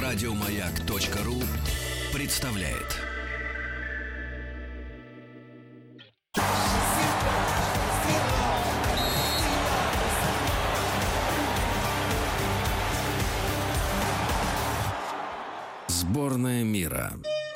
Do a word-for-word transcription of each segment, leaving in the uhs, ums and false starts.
Радиомаяк.ру представляет. Сборная мира.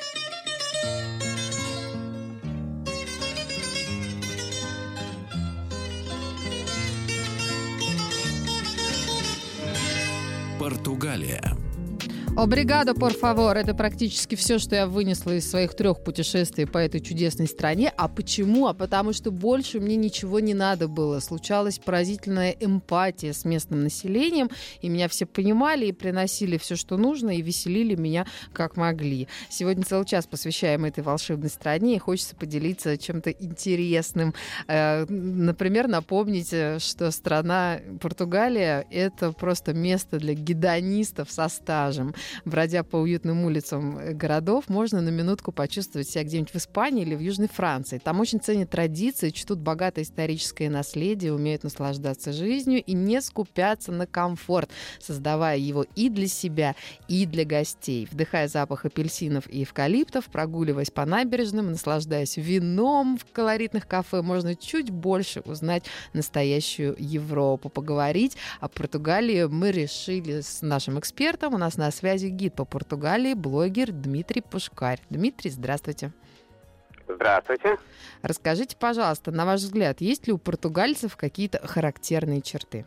Португалия. Обригадо, пор фавор. Это практически все, что я вынесла из своих трех путешествий по этой чудесной стране. А почему? А потому что больше мне ничего не надо было. Случалась поразительная эмпатия с местным населением, и меня все понимали и приносили все, что нужно, и веселили меня как могли. Сегодня целый час посвящаем этой волшебной стране, и хочется поделиться чем-то интересным. Например, напомнить, что страна Португалия — это просто место для гедонистов со стажем. Бродя по уютным улицам городов, можно на минутку почувствовать себя где-нибудь в Испании или в Южной Франции. Там очень ценят традиции, чтут богатое историческое наследие, умеют наслаждаться жизнью и не скупятся на комфорт, создавая его и для себя, и для гостей. Вдыхая запах апельсинов и эвкалиптов, прогуливаясь по набережным, наслаждаясь вином в колоритных кафе, можно чуть больше узнать настоящую Европу. Поговорить о Португалии мы решили с нашим экспертом. У нас на связи гид по Португалии, блогер Дмитрий Пушкарь. Дмитрий, здравствуйте. Здравствуйте. Расскажите, пожалуйста, на ваш взгляд, есть ли у португальцев какие-то характерные черты?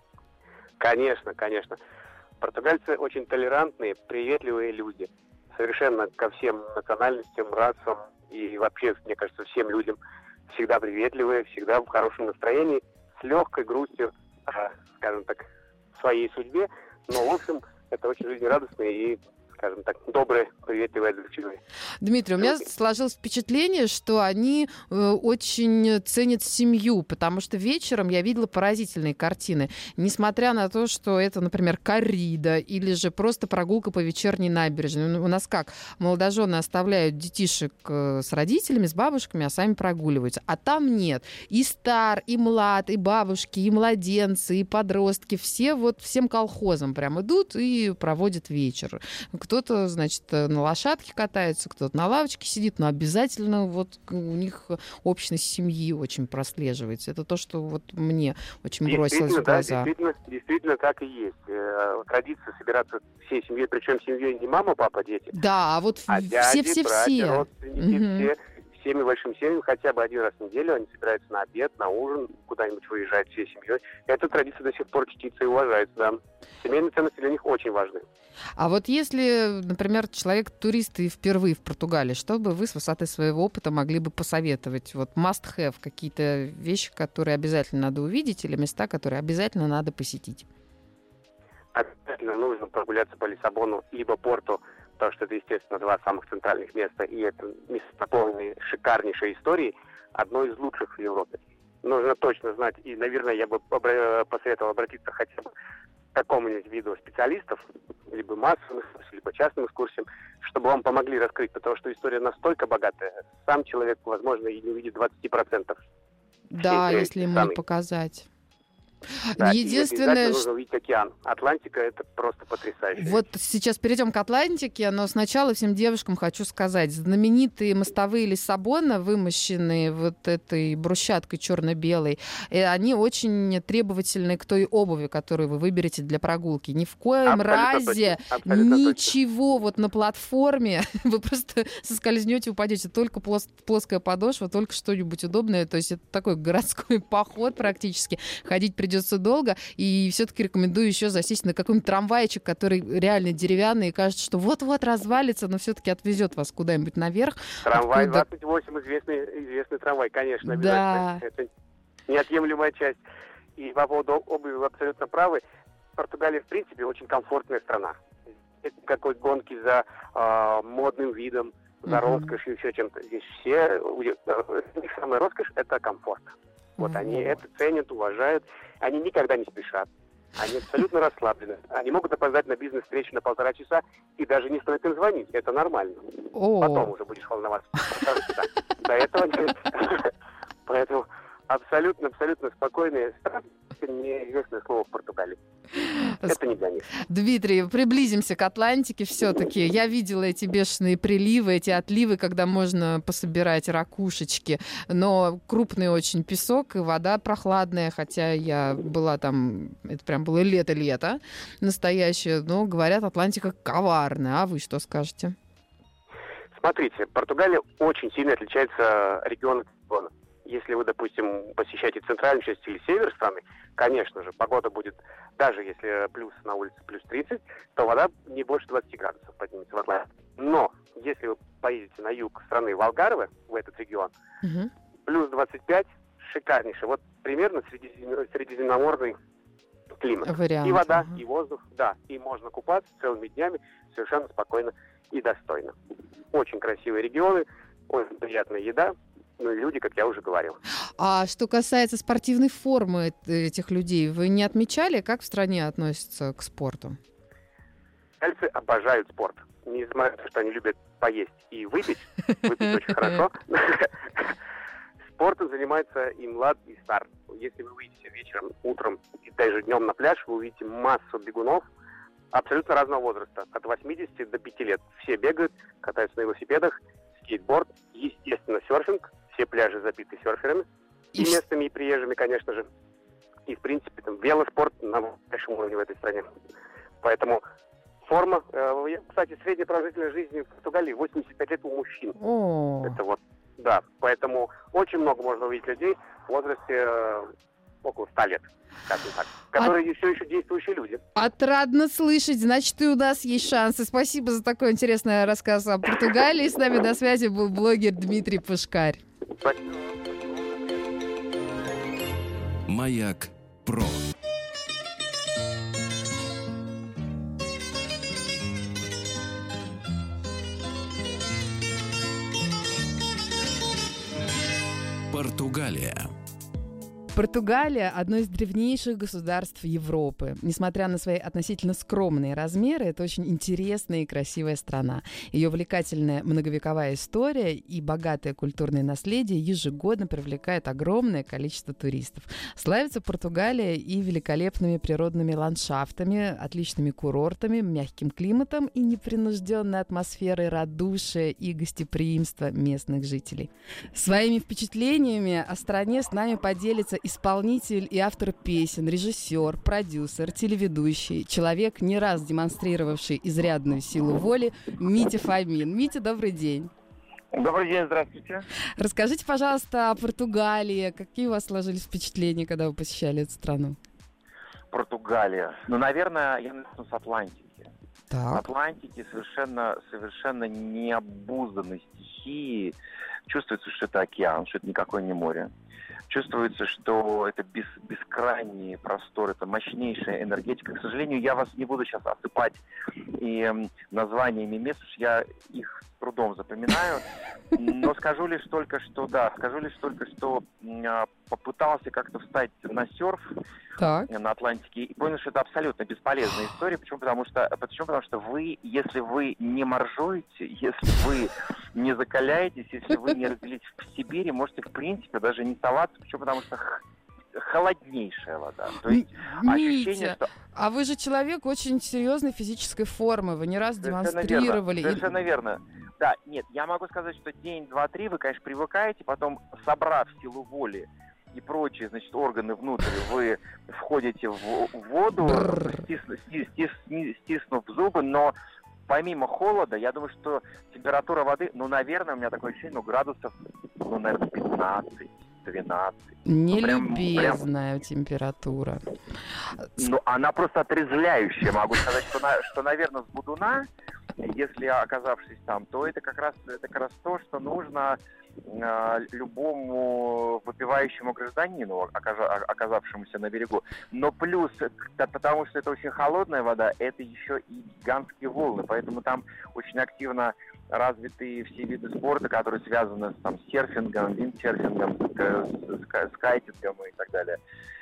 Конечно, конечно. Португальцы очень толерантные, приветливые люди. Совершенно ко всем национальностям, расам и вообще, мне кажется, всем людям всегда приветливые, всегда в хорошем настроении, с легкой грустью, скажем так, в своей судьбе. Но, в общем, это очень жизнерадостные и, скажем так, добрые, приветливые, отзывчивые. Дмитрий, у меня сложилось впечатление, что они э, очень ценят семью, потому что вечером я видела поразительные картины. Несмотря на то, что это, например, коррида или же просто прогулка по вечерней набережной. У нас как? Молодожены оставляют детишек э, с родителями, с бабушками, а сами прогуливаются. А там нет. И стар, и млад, и бабушки, и младенцы, и подростки. Все вот всем колхозом прям идут и проводят вечер. Кто-то, значит, на лошадке катается, кто-то на лавочке сидит, но обязательно вот у них общность семьи очень прослеживается. Это то, что вот мне очень бросилось в глаза. Да, действительно, действительно так и есть. Традиция собираться всей семьей, причем семьей не мама, папа, дети. Да, а вот все-все-все. А родственники, угу. все. Всеми большим семьям хотя бы один раз в неделю они собираются на обед, на ужин, куда-нибудь выезжают всей семьей. Эта традиция до сих пор чтится и уважается, да. Семейные ценности для них очень важны. А вот если, например, человек турист и впервые в Португалии, что бы вы с высоты своего опыта могли бы посоветовать? Вот must-have, какие-то вещи, которые обязательно надо увидеть, или места, которые обязательно надо посетить? Обязательно нужно прогуляться по Лиссабону, либо Порту, потому что это, естественно, два самых центральных места, и это место, наполненное шикарнейшей историей, одно из лучших в Европе. Нужно точно знать, и, наверное, я бы посоветовал обратиться хотя бы к какому-нибудь виду специалистов, либо массовым, либо частным экскурсиям, чтобы вам помогли раскрыть, потому что история настолько богатая, сам человек, возможно, и не увидит двадцать процентов. Да, если ему не показать. Да, единственное, нужно увидеть океан. Атлантика — это просто потрясающе. Вот сейчас перейдем к Атлантике, но сначала всем девушкам хочу сказать: знаменитые мостовые Лиссабона, вымощенные вот этой брусчаткой черно-белой, они очень требовательны к той обуви, которую вы выберете для прогулки. Ни в коем Абсолютно разе точно. ничего точно. Вот на платформе вы просто соскользнете, упадете. Только плос- плоская подошва, только что-нибудь удобное. То есть это такой городской поход практически. Ходить придется долго, и все-таки рекомендую еще засесть на какой-нибудь трамвайчик, который реально деревянный, и кажется, что вот-вот развалится, но все-таки отвезет вас куда-нибудь наверх. Трамвай откуда... двадцать восемь, известный, известный трамвай, конечно, да. обязательно. Это неотъемлемая часть. И по поводу обуви вы абсолютно правы. Португалия, в принципе, очень комфортная страна. Нет никакой гонки за э, модным видом, за mm-hmm. роскошью, еще чем-то. Здесь все... У них самая роскошь — это комфорт. Вот mm-hmm. они это ценят, уважают. Они никогда не спешат. Они абсолютно расслаблены. Они могут опоздать на бизнес-встречу на полтора часа, и даже не стоит им звонить. Это нормально. Oh. Потом уже будешь волноваться. До этого нет. Поэтому абсолютно-абсолютно спокойные страны. Неизвестное слово в Португалии. Это не для них. Дмитрий, приблизимся к Атлантике все-таки. Я видела эти бешеные приливы, эти отливы, когда можно пособирать ракушечки. Но крупный очень песок и вода прохладная, хотя я была там, это прям было лето-лето настоящее. Но, говорят, Атлантика коварная. А вы что скажете? Смотрите, Португалия очень сильно отличается регион от региона. Если вы, допустим, посещаете центральную часть или север страны, конечно же, погода будет, даже если плюс на улице плюс тридцать, то вода не больше двадцати градусов поднимется в Атлантике. Но если вы поедете на юг страны, в Алгарве, в этот регион, угу. плюс двадцать пять, шикарнейший. Вот примерно средизем... средиземноморный климат. Вариант. И вода, угу. и воздух, да, и можно купаться целыми днями совершенно спокойно и достойно. Очень красивые регионы, очень приятная еда. Ну, люди, как я уже говорил. А что касается спортивной формы этих людей, вы не отмечали, как в стране относятся к спорту? Португальцы обожают спорт. Несмотря на то, что они любят поесть и выпить, выпить очень хорошо, спортом занимается и млад, и стар. Если вы выйдете вечером, утром и даже днем на пляж, вы увидите массу бегунов абсолютно разного возраста, от восьмидесяти до пяти лет. Все бегают, катаются на велосипедах, скейтборд, естественно, серфинг. Все пляжи забиты серферами, и местными, и приезжими, конечно же. И, в принципе, там велоспорт на высшем уровне в этой стране. Поэтому форма... Э, кстати, средняя продолжительность жизни в Португалии восемьдесят пять лет у мужчин. О. Это вот, да. Поэтому очень много можно увидеть людей в возрасте э, около ста лет, скажем так, которые От... все еще действующие люди. Отрадно слышать. Значит, и у нас есть шансы. Спасибо за такой интересный рассказ о Португалии. С нами на связи был блогер Дмитрий Пушкарь. Спасибо. Маяк Про. Португалия. Португалия – одно из древнейших государств Европы. Несмотря на свои относительно скромные размеры, это очень интересная и красивая страна. Ее увлекательная многовековая история и богатое культурное наследие ежегодно привлекает огромное количество туристов. Славится Португалия и великолепными природными ландшафтами, отличными курортами, мягким климатом и непринужденной атмосферой радушия и гостеприимства местных жителей. Своими впечатлениями о стране с нами поделится исполнитель и автор песен, режиссер, продюсер, телеведущий, человек, не раз демонстрировавший изрядную силу воли, Митя Фомин. Митя, добрый день. Добрый день, здравствуйте. Расскажите, пожалуйста, о Португалии. Какие у вас сложились впечатления, когда вы посещали эту страну? Португалия. Ну, наверное, я начну с Атлантики. Так. В Атлантике совершенно, совершенно необузданной стихии. Чувствуется, что это океан, что это никакое не море. Чувствуется, что это бес, бескрайний простор, это мощнейшая энергетика. К сожалению, я вас не буду сейчас осыпать и э, названиями мест, потому что я их с трудом запоминаю. Но скажу лишь только, что да, скажу лишь только, что э, попытался как-то встать на серф так. на Атлантике и понял, что это абсолютно бесполезная история. Почему? Потому что, почему? Потому что вы, если вы не моржуете, если вы не закаляетесь, если вы не родились в Сибири, можете, в принципе, даже не соваться. Почему? Потому что холоднейшая вода. То есть Митя, ощущение, что... а вы же человек очень серьезной физической формы. Вы не раз Совершенно демонстрировали. Верно. Совершенно верно. Да, нет, я могу сказать, что день, два, три вы, конечно, привыкаете, потом, собрав силу воли и прочие, значит, органы внутрь, вы входите в воду, стиснув, стис, стиснув зубы, но помимо холода, я думаю, что температура воды, ну, наверное, у меня такое ощущение, ну, градусов, ну, наверное, пятнадцать-двенадцать. Нелюбезная ну, прям, температура. Ну, она просто отрезвляющая. Могу сказать, что, что, наверное, с будуна, если оказавшись там, то это как раз, это как раз то, что нужно э, любому выпивающему гражданину, оказавшемуся на берегу. Но плюс, потому что это очень холодная вода, это еще и гигантские волны, поэтому там очень активно развиты все виды спорта, которые связаны там, с серфингом, виндсерфингом, с, с кайтингом и так далее.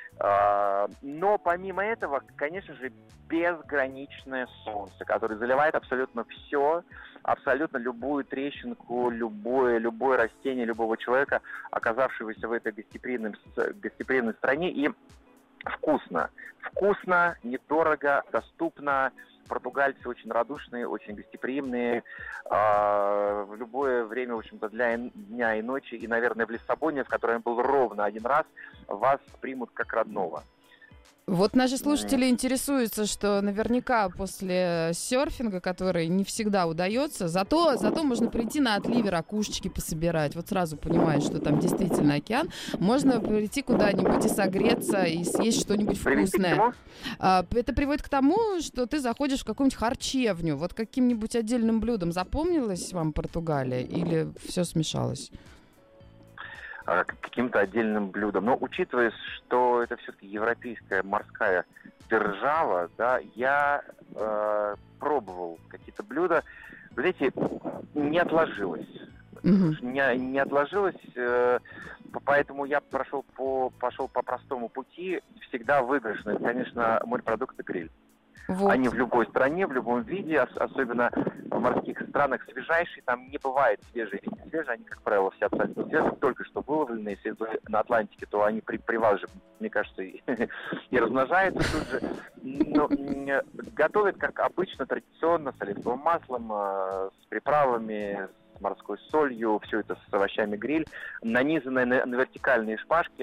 Но помимо этого, конечно же, безграничное солнце, которое заливает абсолютно все, абсолютно любую трещинку, любое, любое растение, любого человека, оказавшегося в этой гостеприимной, гостеприимной стране. И вкусно. Вкусно, недорого, доступно. Португальцы очень радушные, очень гостеприимные. Э, в любое время, в общем-то, для дня и ночи. И, наверное, в Лиссабоне, в котором я был ровно один раз, вас примут как родного. Вот наши слушатели интересуются, что наверняка после серфинга, который не всегда удается, зато, зато можно прийти на отливе, ракушечки пособирать. Вот сразу понимаешь, что там действительно океан. Можно прийти куда-нибудь и согреться, и съесть что-нибудь вкусное. Это приводит к тому, что ты заходишь в какую-нибудь харчевню. Вот каким-нибудь отдельным блюдом запомнилась вам Португалия или все смешалось? Каким-то отдельным блюдом. Но учитывая, что это все-таки европейская морская держава, да, я э, пробовал какие-то блюда. Вы знаете, не отложилось. Mm-hmm. Не, не отложилось, э, поэтому я прошел по, пошел по простому пути, всегда выигрышный. Конечно, морепродукты гриль. Вот. Они в любой стране, в любом виде, особенно в морских странах, свежайшие, там не бывает свежие или не свежие, они, как правило, все абсолютно свежие, только что выловленные. Если это на Атлантике, то они при, при вас же, мне кажется, и, и размножаются тут же. Но готовят, как обычно, традиционно, с оливковым маслом, с приправами, с морской солью, все это с овощами гриль, нанизанное на, на вертикальные шпажки.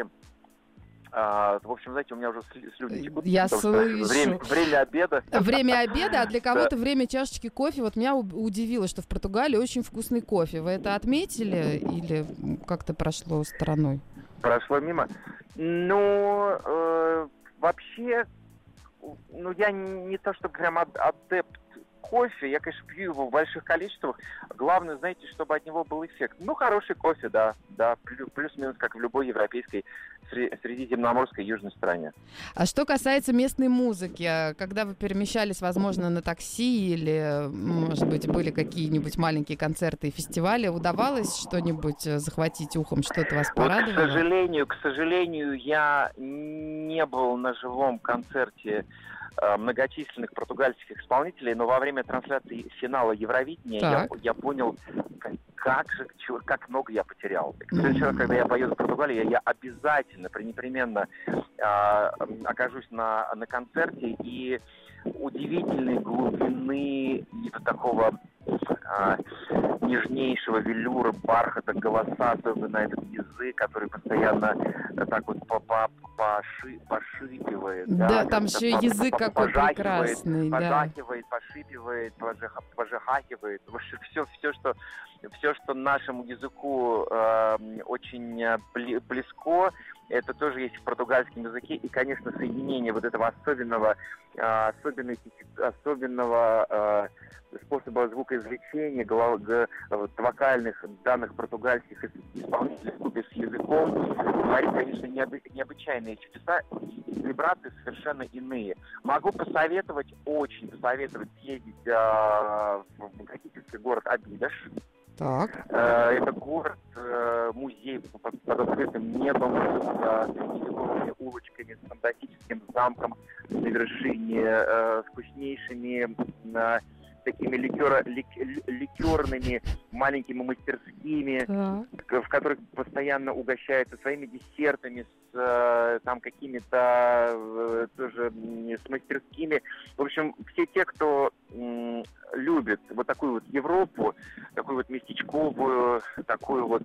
А, в общем, знаете, у меня уже слюни текут. Я слышу. Время, время обеда. Время обеда, а для кого-то время чашечки кофе. Вот меня удивило, что в Португалии очень вкусный кофе. Вы это отметили или как-то прошло стороной? Прошло мимо. Ну, э, вообще, ну, я не то, что прям адепт кофе, я, конечно, пью его в больших количествах. Главное, знаете, чтобы от него был эффект. Ну, хороший кофе, да, да, плюс-минус, как в любой европейской, средиземноморской южной стране. А что касается местной музыки, когда вы перемещались, возможно, на такси или, может быть, были какие-нибудь маленькие концерты и фестивали, удавалось что-нибудь захватить ухом, что-то вас порадовало? Вот, к сожалению, к сожалению, я не был на живом концерте многочисленных португальских исполнителей, но во время трансляции финала Евровидения я, я понял, как же, как много я потерял. В следующий раз, когда я поеду в Португалию, я, я обязательно, непременно э, окажусь на, на концерте, и удивительной глубины и до такого э, нежнейшего велюра, бархата, голоса, особенно этот язык, который постоянно так вот поши, пошипивает. Да, да там еще язык какой прекрасный. Пожахивает, да. Пошипивает, пожахахивает. Все, все, что, все, что нашему языку э, очень близко, это тоже есть в португальском языке. И, конечно, соединение вот этого особенного, э, особенного, особенного э, способа звукоизвлечения голов, г, вот, вокальных данных португальских исполнителей вкупе с языком говорит, конечно, необы, необычайные чудеса, и вибрации совершенно иные. Могу посоветовать, очень посоветовать съездить э, в магнетический город Абидаш. Так. Это город, музей под, под открытым небом, с средневековыми улочками, с фантастическим замком на вершине, с вкуснейшими такими ликера, лик, ликерными маленькими мастерскими, так. в которых постоянно угощаются своими десертами, с там какими-то тоже с мастерскими. В общем, все те, кто м, любит вот такую вот Европу, такую вот местечковую, такую вот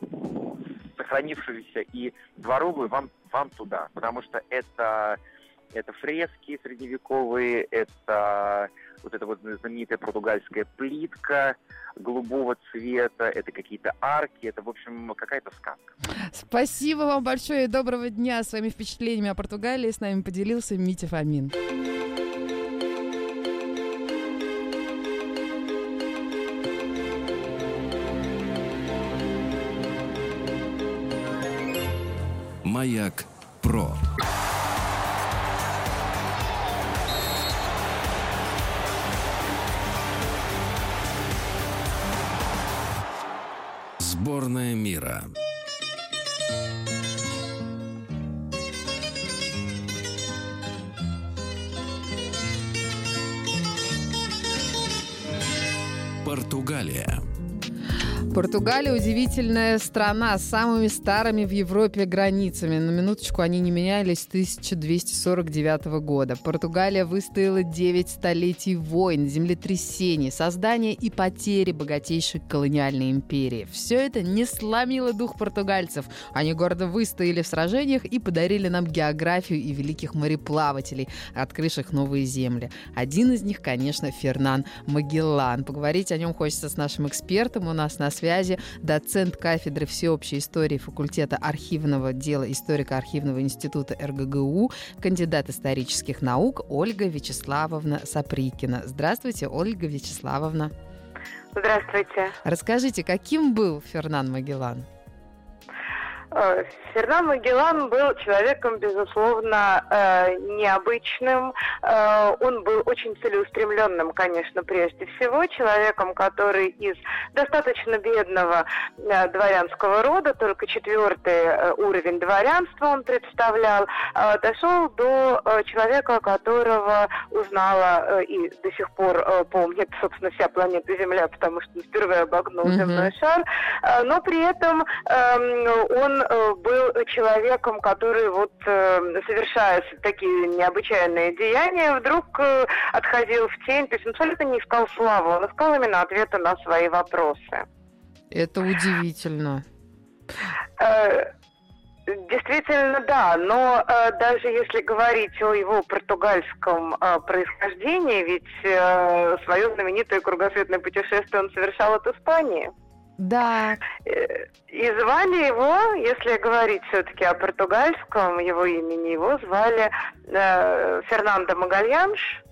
сохранившуюся и дворовую, вам, вам туда. Потому что это, это фрески средневековые, это вот эта вот знаменитая португальская плитка голубого цвета, это какие-то арки, это, в общем, какая-то сказка. Спасибо вам большое и доброго дня. Своими впечатлениями о Португалии с нами поделился Митя Фомин. Маяк Про. Сборная мира. Португалия. Португалия – удивительная страна с самыми старыми в Европе границами. На минуточку они не менялись с тысяча двести сорок девятого года. Португалия выстояла девять столетий войн, землетрясений, создания и потери богатейшей колониальной империи. Все это не сломило дух португальцев. Они гордо выстояли в сражениях и подарили нам географию и великих мореплавателей, открывших новые земли. Один из них, конечно, Фернан Магеллан. Поговорить о нем хочется с нашим экспертом. У нас на связи доцент кафедры всеобщей истории факультета архивного дела историко-архивного института эр гэ гэ у, кандидат исторических наук Ольга Вячеславовна Саприкина. Здравствуйте, Ольга Вячеславовна. Здравствуйте. Расскажите, каким был Фернан Магеллан? Фернан Магеллан был человеком, безусловно, необычным. Он был очень целеустремленным, конечно, прежде всего. Человеком, который из достаточно бедного дворянского рода, только четвертый уровень дворянства он представлял, дошел до человека, которого узнала и до сих пор помнит, собственно, вся планета Земля, потому что он впервые обогнул mm-hmm. земной шар. Но при этом он был человеком, который, вот, совершая такие необычайные деяния, вдруг отходил в тень, то есть он абсолютно не искал славу, он искал именно ответы на свои вопросы. Это удивительно. Действительно, да, но э, даже если говорить о его португальском э, происхождении, ведь э, свое знаменитое кругосветное путешествие он совершал от Испании. Да. И звали его, если говорить все-таки о португальском его имени, его звали э, Фернандо Магальянш.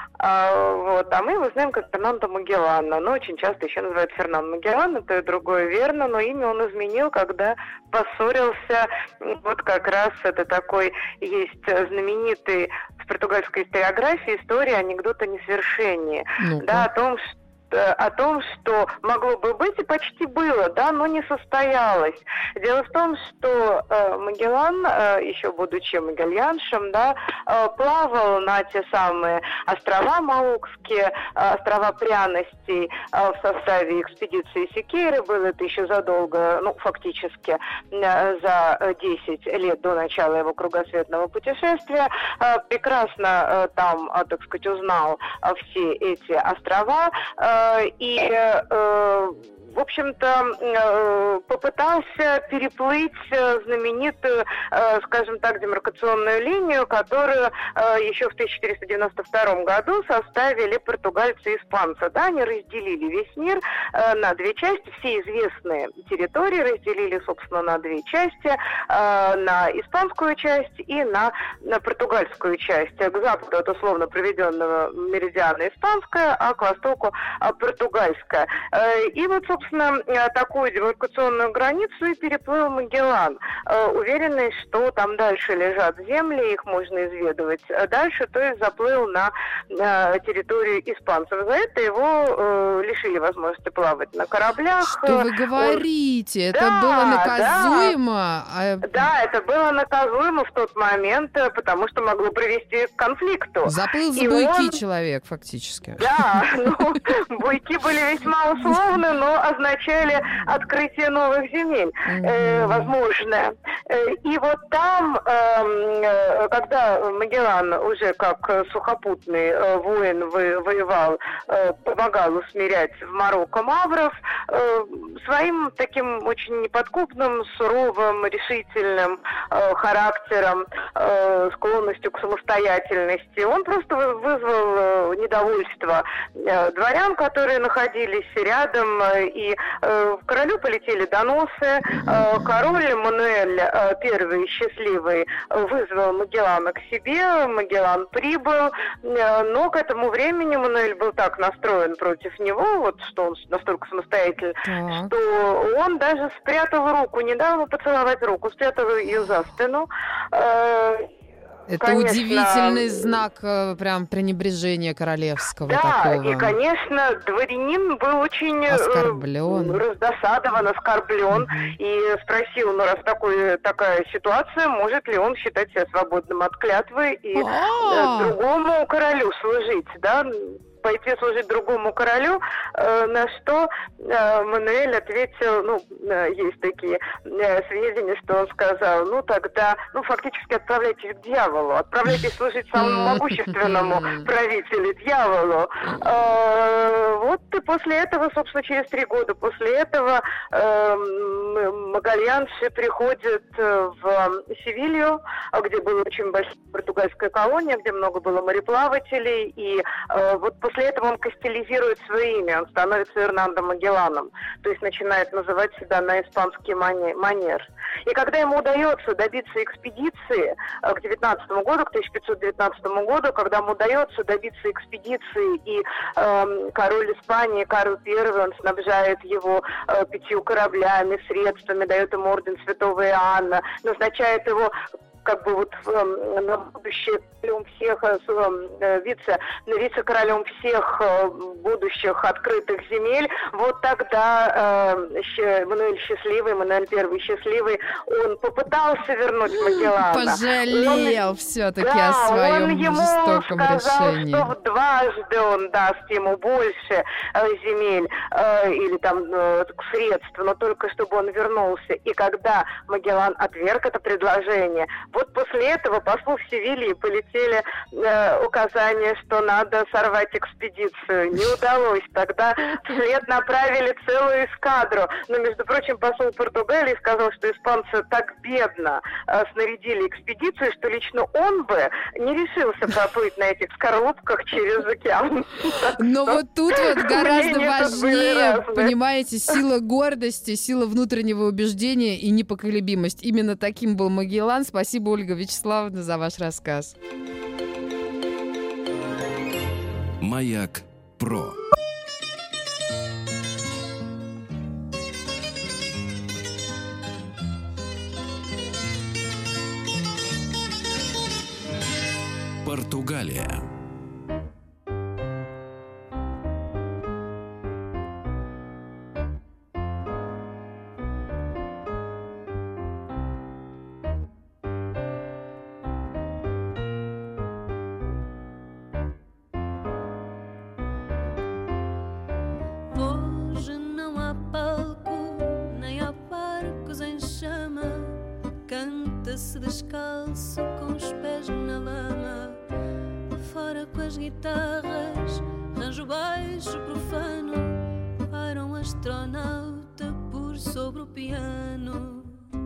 А, вот, а мы его знаем как Фернандо Магеллан. Но очень часто еще называют Фернан Магеллан, это и другое верно, но имя он изменил, когда поссорился. Вот как раз это такой есть знаменитый в португальской историографии история анекдота о несовершении. Ну-ка. Да, о том, что о том, что могло бы быть и почти было, да, но не состоялось. Дело в том, что э, Магеллан, э, еще будучи Магальяншем, да, э, плавал на те самые острова Маокские, э, острова пряностей э, в составе экспедиции Сикейры. Было это еще задолго, ну, фактически, э, за десять лет до начала его кругосветного путешествия. Э, прекрасно э, там, э, так сказать, узнал э, все эти острова, э, и, э, в общем-то, попытался переплыть знаменитую, скажем так, демаркационную линию, которую еще в тысяча четыреста девяносто втором году составили португальцы и испанцы. Да, они разделили весь мир на две части, все известные территории разделили, собственно, на две части, на испанскую часть и на, на португальскую часть. К западу от условно проведенного меридиана испанская, а к востоку португальская. И вот, собственно, такую демаркационную границу и переплыл Магеллан, уверенный, что там дальше лежат земли, их можно изведывать дальше, то есть заплыл на территорию испанцев. За это его лишили возможности плавать на кораблях. Что вы говорите? Он... Это да, было наказуемо? Да. да, это было наказуемо в тот момент, потому что могло привести к конфликту. Заплыл за буйки он... человек, фактически. Да, ну, буйки были весьма условны, но означали открытие новых земель, э, возможное. Э, и вот там, э, когда Магеллан уже как сухопутный э, воин вы, воевал, э, помогал усмирять в Марокко мавров, э, своим таким очень неподкупным, суровым, решительным э, характером, э, склонностью к самостоятельности, он просто вызвал э, недовольство э, дворян, которые находились рядом, и э, королю полетели доносы. Э, король Мануэль э, I счастливый вызвал Магеллана к себе, Магеллан прибыл, э, но к этому времени Мануэль был так настроен против него, вот что он настолько самостоятельный, так. что он даже спрятал руку, не дал ему поцеловать руку, спрятал ее за спину. Э, Это конечно, удивительный знак прям пренебрежения королевского да, такого. и, конечно, дворянин был очень оскорблен, раздосадован, оскорблен, mm-hmm. и спросил, ну раз такой, такая ситуация, может ли он считать себя свободным от клятвы и А-а-а. другому королю служить, да? пойти служить другому королю, э, на что э, Мануэль ответил, ну, э, есть такие э, сведения, что он сказал, ну, тогда, ну, фактически отправляйтесь к дьяволу, отправляйтесь служить самому могущественному правителю, дьяволу. Э, вот и после этого, собственно, через три года после этого э, Магальянши приходят в Севилью, где была очень большая португальская колония, где много было мореплавателей, и э, вот после этого он кастилизирует свое имя, он становится Фернандо Магелланом, то есть начинает называть себя на испанский манер. И когда ему удается добиться экспедиции э, к девятнадцатому году, к тысяча пятьсот девятнадцатому году, когда ему удается добиться экспедиции, и э, король Испании Карл Первый, он снабжает его э, пятью кораблями, средствами, дает ему орден Святого Иоанна, назначает его как бы вот э, на будущее королем всех, э, вице, вице-королем всех э, будущих открытых земель, вот тогда э, Мануэль Счастливый, Мануэль Первый Счастливый, он попытался вернуть Магеллана. Пожалел он, все-таки да, о своем жестоком решении. Он ему сказал, что дважды он даст ему больше э, земель э, или там э, средств, но только чтобы он вернулся. И когда Магеллан отверг это предложение, вот после этого послу в Севилье полетели э, указания, что надо сорвать экспедицию. Не удалось. Тогда вслед направили целую эскадру. Но, между прочим, посол Португалии сказал, что испанцы так бедно э, снарядили экспедицию, что лично он бы не решился поплыть на этих скорлупках через океан. Но вот тут вот гораздо важнее, понимаете, сила гордости, сила внутреннего убеждения и непоколебимость. Именно таким был Магеллан. Спасибо, Ольга Вячеславовна, за ваш рассказ. Маяк Про. Португалия. Se descalço com os pés na lama, fora com as guitarras, ranjo baixo profano, para um astronauta por sobre o piano.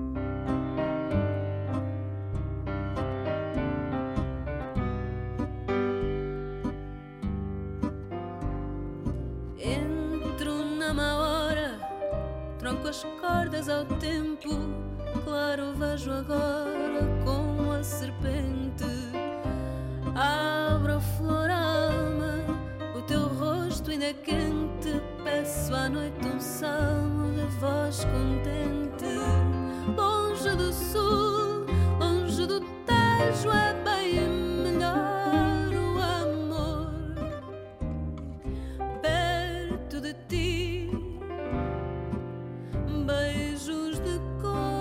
Entro na má hora, tronco as cordas ao tempo. Claro, vejo agora como a serpente. Abro a flor alma, o teu rosto ainda é quente. Peço à noite um salmo de voz contente. Longe do sul, longe do Tejo, é bem melhor o amor. Perto de ti, beijos de cor.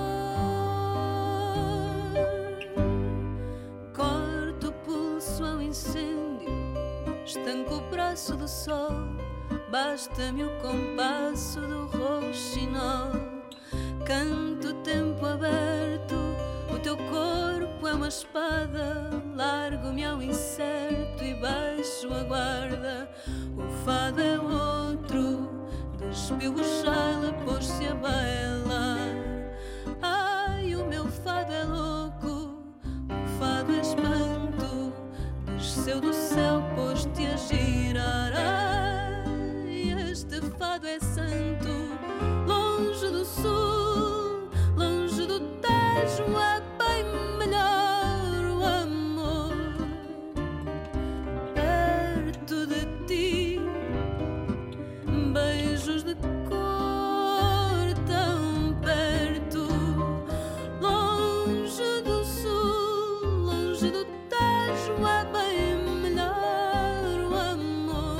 Estanco o braço do sol, basta-me o compasso do rouxinol. Canto o tempo aberto, o teu corpo é uma espada. Largo-me ao incerto e baixo a guarda. O fado é outro, despiu o chale, pôs-se a bailar. Ai, o meu fado é louco, o fado é espanto. Desceu do céu, pôs-te a girar. Ai, este fado é santo. Longe do sul, longe do Tejo, é bem melhor o amor. Perto de ti, beijos de cor tão perto. Longe do sul, longe do Tejo, é bem melhor o amor.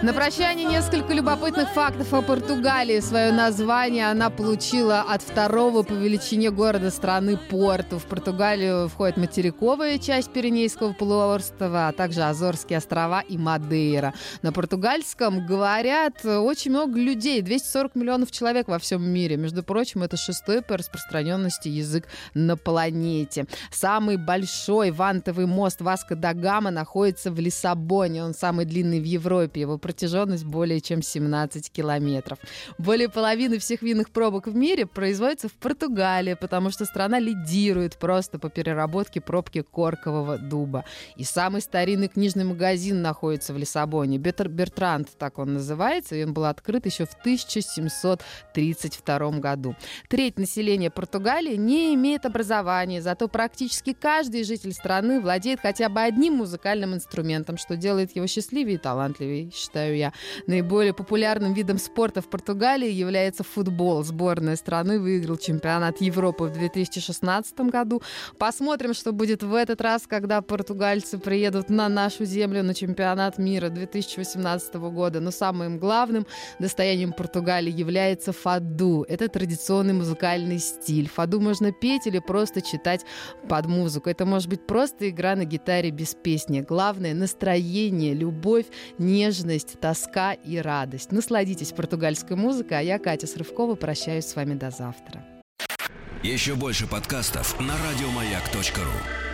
На прощание несколько любопытных фактов о Португалии. Свое название она получила от второго по величине города страны Порту. В Португалию входит материковая часть Пиренейского полуострова, а также Азорские острова и Мадейра. На португальском говорят очень много людей, двести сорок миллионов человек во всем мире. Между прочим, это шестой по распространенности язык на планете. Самый большой вантовый мост Васко да Гама находится в Лиссабоне. Он самый длинный в Европе. Его протяженность более чем семнадцать километров. Более половины всех винных пробок в мире производится в Португалии, потому что страна лидирует просто по переработке пробки коркового дуба. И самый старинный книжный магазин находится в Лиссабоне. Бертранд, так он называется, и он был открыт еще в тысяча семьсот тридцать втором году. Треть населения Португалии не имеет образования, зато практически каждый житель страны владеет хотя бы одним музыкальным инструментом, что делает его счастливее и талантливее, считаю я. Наиболее популярным видом спорта в Португалии является футбол. Сборная страны выиграла чемпионат Европы в две тысячи шестнадцатом году. Посмотрим, что будет в этот раз, когда португальцы приедут на нашу землю на чемпионат мира две тысячи восемнадцатого года. Но самым главным достоянием Португалии является фаду. Это традиционный музыкальный стиль. Фаду можно петь или просто читать под музыку. Это может быть просто игра на гитаре без песни. Главное — настроение, любовь, нежность, тоска и радость. Насладитесь португальской музыкой, а я, Катя Срывкова, прощаюсь с вами до завтра. Еще больше подкастов на радиомаяк точка ру.